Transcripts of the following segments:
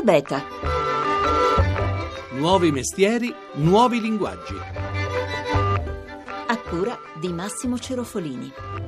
Beta. Nuovi mestieri, nuovi linguaggi. A cura di Massimo Cerofolini.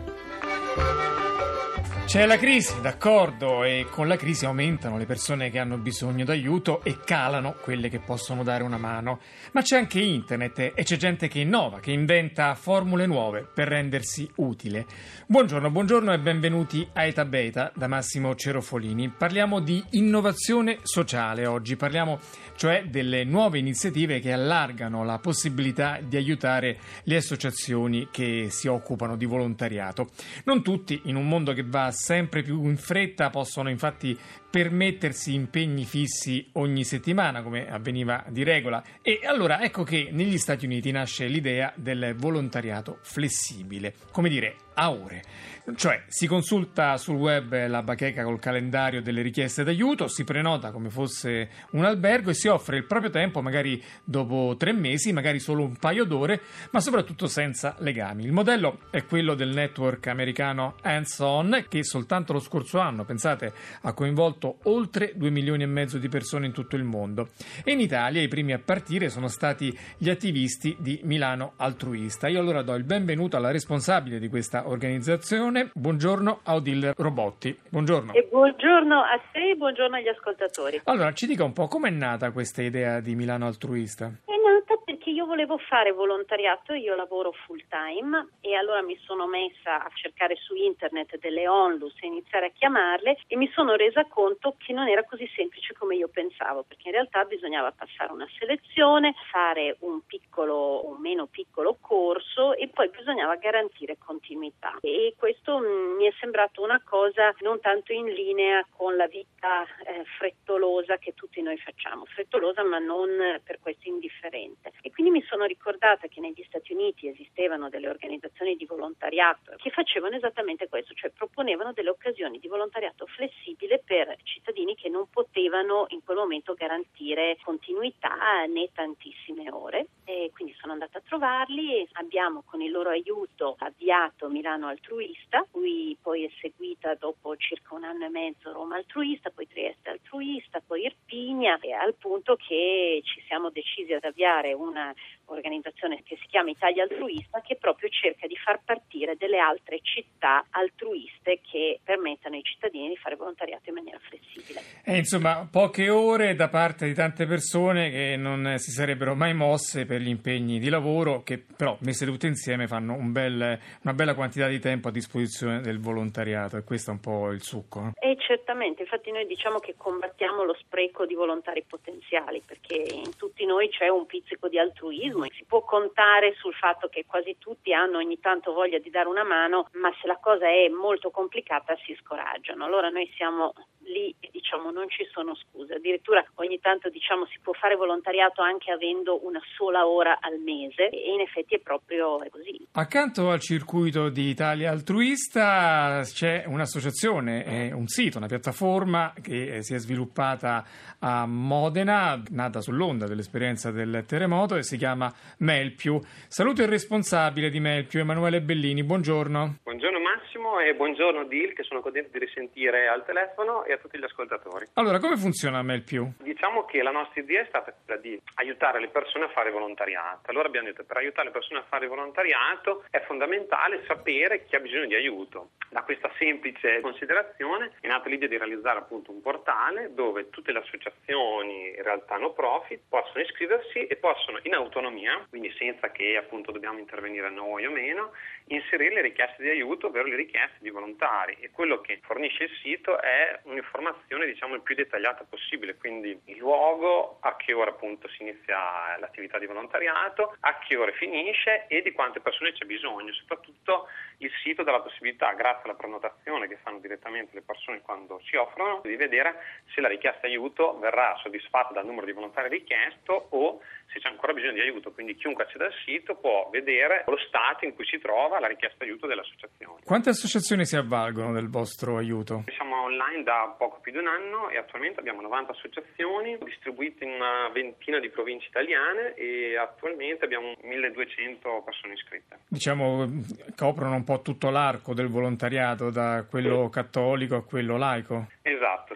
C'è la crisi, d'accordo, e con la crisi aumentano le persone che hanno bisogno d'aiuto e calano quelle che possono dare una mano. Ma c'è anche internet e c'è gente che innova, che inventa formule nuove per rendersi utile. Buongiorno e benvenuti a Eta Beta da Massimo Cerofolini. Parliamo di innovazione sociale oggi, parliamo cioè delle nuove iniziative che allargano la possibilità di aiutare le associazioni che si occupano di volontariato. Non tutti, in un mondo che va sempre più in fretta, possono infatti permettersi impegni fissi ogni settimana, come avveniva di regola. E allora ecco che negli Stati Uniti nasce l'idea del volontariato flessibile, come dire, a ore. Cioè si consulta sul web la bacheca col calendario delle richieste d'aiuto, si prenota come fosse un albergo e si offre il proprio tempo, magari dopo 3 mesi, magari solo un paio d'ore, ma soprattutto senza legami. Il modello è quello del network americano Hands On, che soltanto lo scorso anno, pensate, ha coinvolto oltre 2,5 milioni di persone in tutto il mondo. E in Italia i primi a partire sono stati gli attivisti di Milano Altruista. Io allora do il benvenuto alla responsabile di questa organizzazione. Buongiorno a Odile Robotti. Buongiorno. E buongiorno a te e buongiorno agli ascoltatori. Allora, ci dica un po' com'è nata questa idea di Milano Altruista? È nata perché io volevo fare volontariato, io lavoro full time e allora mi sono messa a cercare su internet delle onlus e iniziare a chiamarle e mi sono resa conto che non era così semplice come io pensavo, perché in realtà bisognava passare una selezione, fare un piccolo o meno piccolo corso e poi bisognava garantire continuità. E questo mi è sembrato una cosa non tanto in linea con la vita frettolosa che tutti noi facciamo, frettolosa ma non per questo indifferente. E quindi mi sono ricordata che negli Stati Uniti esistevano delle organizzazioni di volontariato che facevano esattamente questo, cioè proponevano delle occasioni di volontariato flessibile per cittadini che non potevano in quel momento garantire continuità né tantissime ore. E quindi sono andata a trovarli e abbiamo con il loro aiuto avviato Milano Altruista, cui poi è seguita dopo circa 1 anno e mezzo Roma Altruista, poi Trieste Altruista, poi Irpinia, e al punto che ci siamo decisi ad avviare una organizzazione che si chiama Italia Altruista, che proprio cerca di far partire delle altre città altruiste che permettano ai cittadini di fare volontariato in maniera flessibile. Insomma, poche ore da parte di tante persone che non si sarebbero mai mosse per gli impegni di lavoro, che però messe tutte insieme fanno una bella quantità di tempo a disposizione del volontariato, e questo è un po' il succo. Certamente, infatti noi diciamo che combattiamo lo spreco di volontari potenziali, perché in tutti noi c'è un pizzico di altruismo e si può contare sul fatto che quasi tutti hanno ogni tanto voglia di dare una mano, ma se la cosa è molto complicata si scoraggiano. Allora noi siamo lì e diciamo non ci sono scuse, addirittura ogni tanto diciamo si può fare volontariato anche avendo una sola ora al mese, e in effetti è proprio così. Accanto al circuito di Italia Altruista c'è un'associazione, un sito, una piattaforma che si è sviluppata a Modena, nata sull'onda dell'esperienza del terremoto, e si chiama Melpiu. Saluto il responsabile di Melpiu, Emanuele Bellini. Buongiorno. Buongiorno Massimo e buongiorno Dil, che sono contento di risentire al telefono, e a tutti gli ascoltatori. Allora, come funziona Melpiu? Diciamo che la nostra idea è stata quella di aiutare le persone a fare volontariato. Allora abbiamo detto che per aiutare le persone a fare volontariato è fondamentale sapere chi ha bisogno di aiuto. Da questa semplice considerazione è nata l'idea di realizzare appunto un portale dove tutte le associazioni, in realtà no profit, possono iscriversi e possono in autonomia, quindi senza che appunto dobbiamo intervenire noi o meno, inserire le richieste di aiuto, ovvero le richieste di volontari, e quello che fornisce il sito è un'informazione diciamo il più dettagliata possibile, quindi il luogo, a che ora appunto si inizia l'attività di volontariato, a che ore finisce e di quante persone c'è bisogno. Soprattutto il sito dà la possibilità, grazie alla prenotazione che fanno direttamente le persone quando si offrono, di vedere se la richiesta di aiuto verrà soddisfatta dal numero di volontari richiesto o se c'è ancora bisogno di aiuto. Quindi chiunque accede al sito può vedere lo stato in cui si trova la richiesta di aiuto dell'associazione. Quante associazioni si avvalgono del vostro aiuto? Siamo online da poco più di 1 anno e attualmente abbiamo 90 associazioni distribuite in una ventina di province italiane e attualmente abbiamo 1200 persone iscritte. Diciamo, coprono un po' tutto l'arco del volontariato, da quello cattolico a quello laico. Esatto,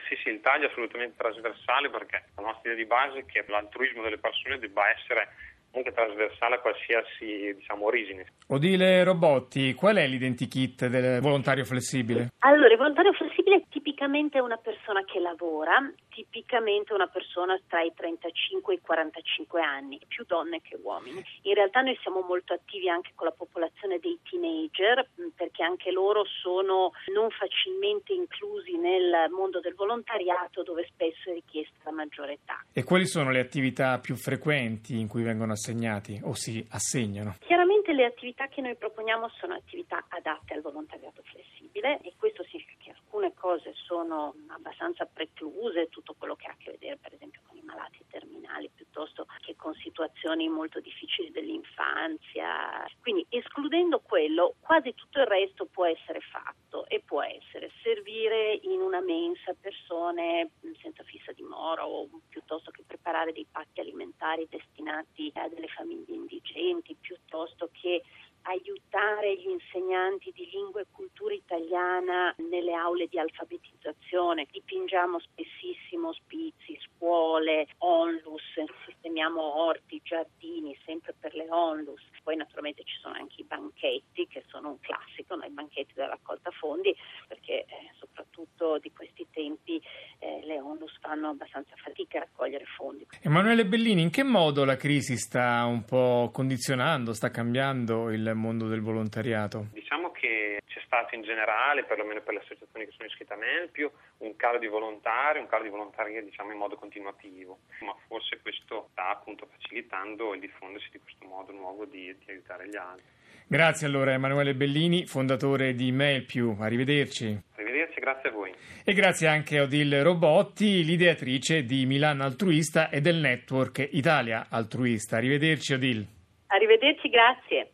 Sì, il taglio è assolutamente trasversale, perché la nostra idea di base è che l'altruismo delle persone debba essere comunque trasversale a qualsiasi, origine. Odile Robotti, qual è l'identikit del volontario flessibile? Allora, il volontario flessibile tipicamente è una persona che lavora, tipicamente una persona tra i 35 e i 45 anni, più donne che uomini. In realtà noi siamo molto attivi anche con la popolazione dei teenager, perché anche loro sono non facilmente inclusi nel mondo del volontariato, dove spesso è richiesta la maggiore età. E quali sono le attività più frequenti in cui vengono assegnati o si assegnano? Chiaramente le attività che noi proponiamo sono attività adatte al volontariato flessibile, e questo significa che alcune cose sono abbastanza precluse, tutto quello che ha a che vedere per esempio con i malati terminali piuttosto che con situazioni molto difficili dell'infanzia. Quindi escludendo quello, quasi tutto il resto può essere fatto, e può essere servire in una mensa persone senza fissa dimora, o piuttosto che preparare dei pacchi alimentari destinati a delle famiglie indigenti, piuttosto che aiutare gli insegnanti di lingua e cultura italiana nelle aule di alfabetizzazione. Dipingiamo spessissimo ospizi, scuole, onlus, sistemiamo orti, giardini, sempre per le onlus. Poi naturalmente ci sono anche i banchetti, che sono un classico, i banchetti della raccolta fondi, perché soprattutto di questi tempi le onlus fanno abbastanza fatica a raccogliere fondi. Emanuele Bellini, in che modo la crisi sta un po' condizionando, sta cambiando il mondo del volontariato? Diciamo che c'è stato in generale, perlomeno per le associazioni che sono iscritte a Melpiu, un calo di volontari in modo continuativo, ma forse questo sta appunto facilitando il diffondersi di questo modo nuovo di aiutare gli altri. Grazie allora Emanuele Bellini, fondatore di Melpiu, arrivederci. Arrivederci, grazie a voi. E grazie anche a Odile Robotti, l'ideatrice di Milano Altruista e del network Italia Altruista. Arrivederci Odile. Arrivederci, grazie.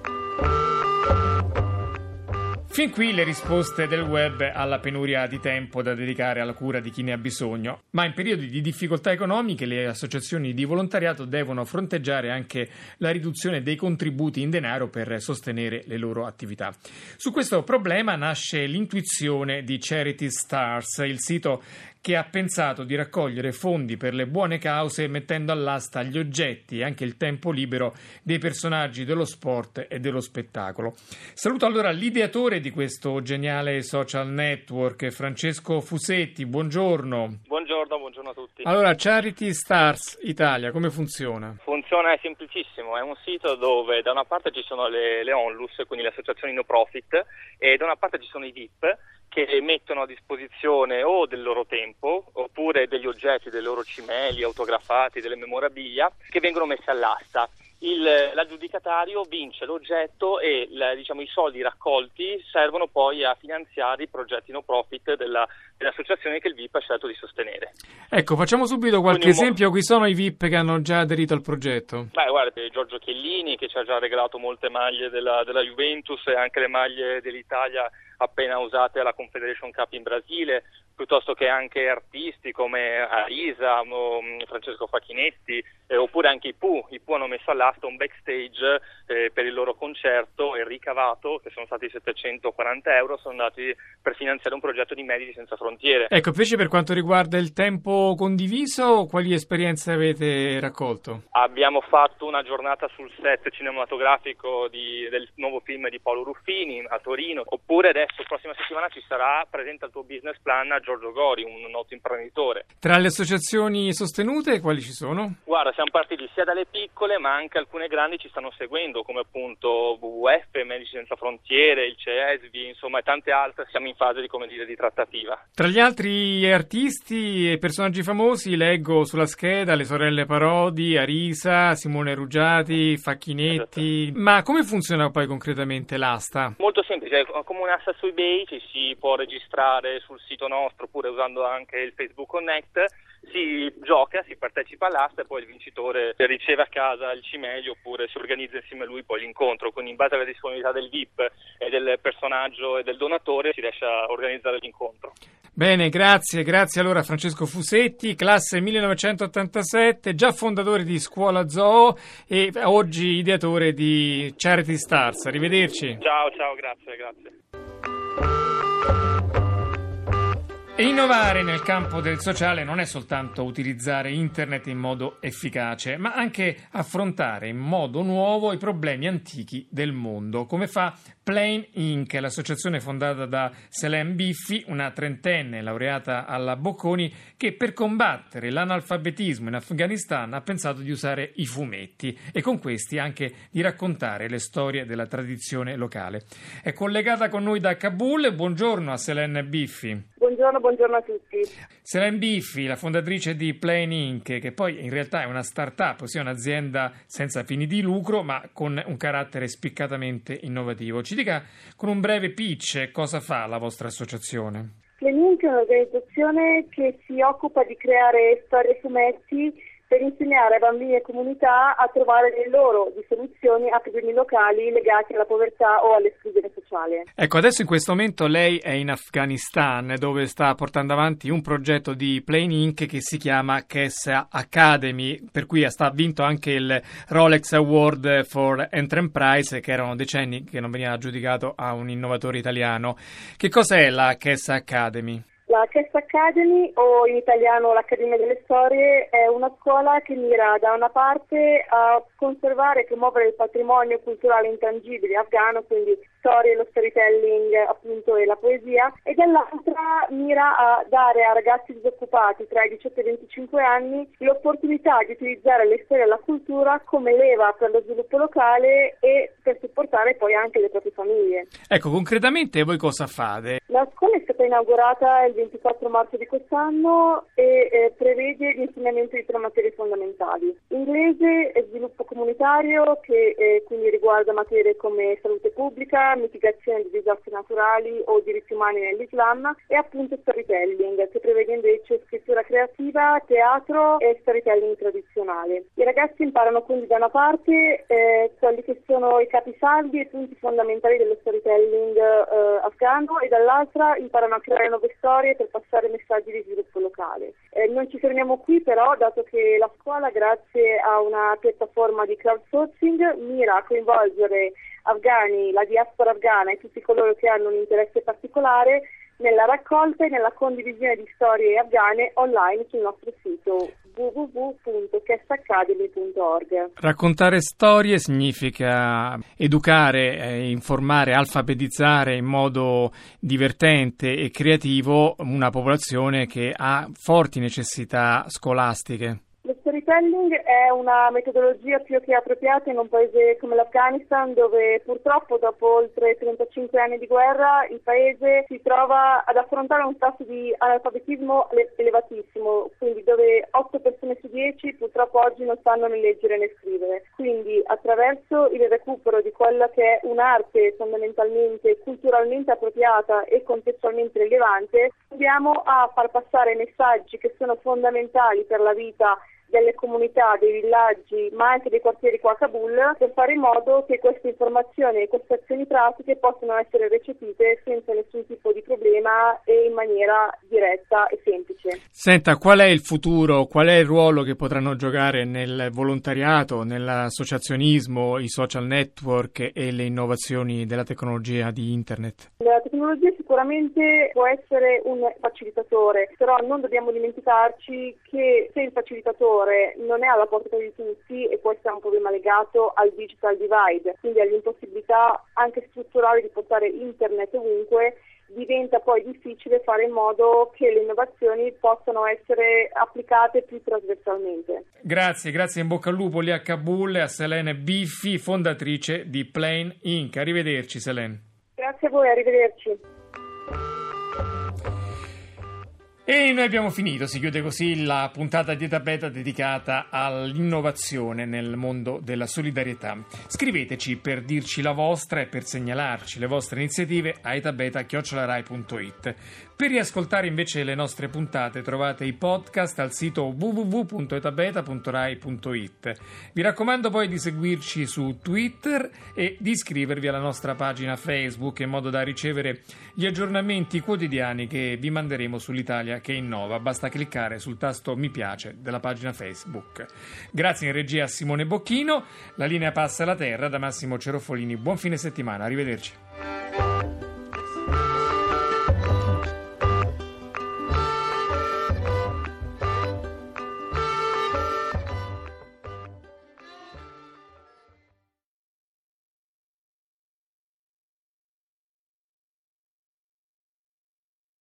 Fin qui le risposte del web alla penuria di tempo da dedicare alla cura di chi ne ha bisogno, ma in periodi di difficoltà economiche le associazioni di volontariato devono fronteggiare anche la riduzione dei contributi in denaro per sostenere le loro attività. Su questo problema nasce l'intuizione di Charity Stars, il sito che ha pensato di raccogliere fondi per le buone cause mettendo all'asta gli oggetti e anche il tempo libero dei personaggi dello sport e dello spettacolo. Saluto allora l'ideatore di questo geniale social network, Francesco Fusetti. Buongiorno. Buongiorno a tutti. Allora, Charity Stars Italia, come funziona? Funziona semplicissimo, è un sito dove da una parte ci sono le onlus, quindi le associazioni no profit, e da una parte ci sono i VIP, che mettono a disposizione o del loro tempo oppure degli oggetti, dei loro cimeli autografati, delle memorabilia che vengono messe all'asta. L'aggiudicatario vince l'oggetto e i soldi raccolti servono poi a finanziare i progetti no profit dell'associazione che il VIP ha scelto di sostenere. Ecco, facciamo subito qualche esempio. Chi sono i VIP che hanno già aderito al progetto? Guarda, Giorgio Chiellini, che ci ha già regalato molte maglie della Juventus e anche le maglie dell'Italia appena usate alla Confederation Cup in Brasile, piuttosto che anche artisti come Arisa o Francesco Facchinetti, oppure anche i Pooh. I Pooh hanno messo all'asta un backstage per il loro concerto, e il ricavato, che sono stati 740 euro, sono andati per finanziare un progetto di Medici Senza Frontiere. Ecco, invece per quanto riguarda il tempo condiviso, quali esperienze avete raccolto? Abbiamo fatto una giornata sul set cinematografico del nuovo film di Paolo Ruffini a Torino, oppure adesso, prossima settimana, ci sarà presente al tuo business plan a Giorgio Gori, un noto imprenditore. Tra le associazioni sostenute, quali ci sono? Guarda, siamo partiti sia dalle piccole, ma anche alcune grandi ci stanno seguendo, come appunto WWF, Medici Senza Frontiere, il CESVI, insomma, e tante altre. Siamo in fase di trattativa. Tra gli altri artisti e personaggi famosi leggo sulla scheda le sorelle Parodi, Arisa, Simone Ruggiati, Facchinetti. Esatto. Ma come funziona poi concretamente l'asta? Molto semplice, come un'asta su eBay, ci si può registrare sul sito nostro, oppure usando anche il Facebook Connect. Si gioca, si partecipa all'asta e poi il vincitore riceve a casa il cimelio, oppure si organizza insieme a lui poi l'incontro. Quindi in base alla disponibilità del VIP e del personaggio e del donatore si riesce a organizzare l'incontro. Bene, grazie allora Francesco Fusetti, classe 1987, già fondatore di Scuola Zoo e oggi ideatore di Charity Stars. Arrivederci. Ciao, grazie. E innovare nel campo del sociale non è soltanto utilizzare internet in modo efficace, ma anche affrontare in modo nuovo i problemi antichi del mondo, come fa Plain Inc., l'associazione fondata da Selene Biffi, una trentenne laureata alla Bocconi, che per combattere l'analfabetismo in Afghanistan ha pensato di usare i fumetti e con questi anche di raccontare le storie della tradizione locale. È collegata con noi da Kabul. Buongiorno a Selene Biffi. Buongiorno a tutti. Selene Biffi, la fondatrice di Plain Inc., che poi in realtà è una start-up, ossia un'azienda senza fini di lucro, ma con un carattere spiccatamente innovativo. Ci dica con un breve pitch cosa fa la vostra associazione. Plain Inc. è un'organizzazione che si occupa di creare storie e fumetti per insegnare a bambini e comunità a trovare le loro soluzioni a problemi locali legati alla povertà o all'esclusione sociale. Ecco, adesso in questo momento lei è in Afghanistan, dove sta portando avanti un progetto di Plain Inc. che si chiama Kessa Academy, per cui ha vinto anche il Rolex Award for Enterprise, che erano decenni che non veniva aggiudicato a un innovatore italiano. Che cos'è la Kessa Academy? La Kessa Academy, o in italiano l'Accademia delle Storie, è una scuola che mira da una parte a conservare e promuovere il patrimonio culturale intangibile afghano, quindi storie, lo storytelling appunto e la poesia, e dall'altra mira a dare a ragazzi disoccupati tra i 18 e i 25 anni l'opportunità di utilizzare le storie e la cultura come leva per lo sviluppo locale e per supportare poi anche le proprie famiglie. Ecco, concretamente voi cosa fate? La scuola è stata inaugurata il 24 marzo di quest'anno e prevede l'insegnamento di 3 materie fondamentali. Inglese e sviluppo comunitario, che quindi riguarda materie come salute pubblica, mitigazione di disastri naturali o diritti umani nell'Islam, e appunto storytelling, che prevede invece scrittura creativa, teatro e storytelling tradizionale. I ragazzi imparano quindi da una parte quelli che sono i capisaldi e i punti fondamentali dello storytelling afghano, e dall'altra imparano a creare nuove storie per passare messaggi di sviluppo locale. Non ci fermiamo qui però, dato che la scuola, grazie a una piattaforma di crowdsourcing, mira a coinvolgere afghani, la diaspora afghana e tutti coloro che hanno un interesse particolare nella raccolta e nella condivisione di storie afghane online sul nostro sito www.kessaacademy.org. Raccontare storie significa educare, informare, alfabetizzare in modo divertente e creativo una popolazione che ha forti necessità scolastiche. Lo storytelling è una metodologia più che appropriata in un paese come l'Afghanistan, dove purtroppo dopo oltre 35 anni di guerra il paese si trova ad affrontare un tasso di analfabetismo elevatissimo, quindi dove 8 persone su 10 purtroppo oggi non sanno né leggere né scrivere. Quindi attraverso il recupero di quella che è un'arte fondamentalmente culturalmente appropriata e contestualmente rilevante, andiamo a far passare messaggi che sono fondamentali per la vita delle comunità, dei villaggi, ma anche dei quartieri qua a Kabul, per fare in modo che queste informazioni e queste azioni pratiche possano essere recepite senza nessun tipo di problema e in maniera diretta e semplice. Senta, qual è il futuro, qual è il ruolo che potranno giocare nel volontariato, nell'associazionismo, i social network e le innovazioni della tecnologia di internet? La tecnologia sicuramente può essere un facilitatore, però non dobbiamo dimenticarci che se il facilitatore non è alla portata di tutti, e questo è un problema legato al digital divide, quindi all'impossibilità anche strutturale di portare internet ovunque, diventa poi difficile fare in modo che le innovazioni possano essere applicate più trasversalmente. Grazie, in bocca al lupo lì a Kabul, a Selene Biffi, fondatrice di Plain Inc. Arrivederci Selene. Grazie a voi, arrivederci. E noi abbiamo finito, si chiude così la puntata di Eta Beta dedicata all'innovazione nel mondo della solidarietà. Scriveteci per dirci la vostra e per segnalarci le vostre iniziative a etabeta@rai.it. Per riascoltare invece le nostre puntate trovate i podcast al sito www.etabeta.rai.it. Vi raccomando poi di seguirci su Twitter e di iscrivervi alla nostra pagina Facebook in modo da ricevere gli aggiornamenti quotidiani che vi manderemo sull'Italia che innova. Basta cliccare sul tasto mi piace della pagina Facebook. Grazie in regia a Simone Bocchino. La linea passa alla terra da Massimo Cerofolini. Buon fine settimana, arrivederci.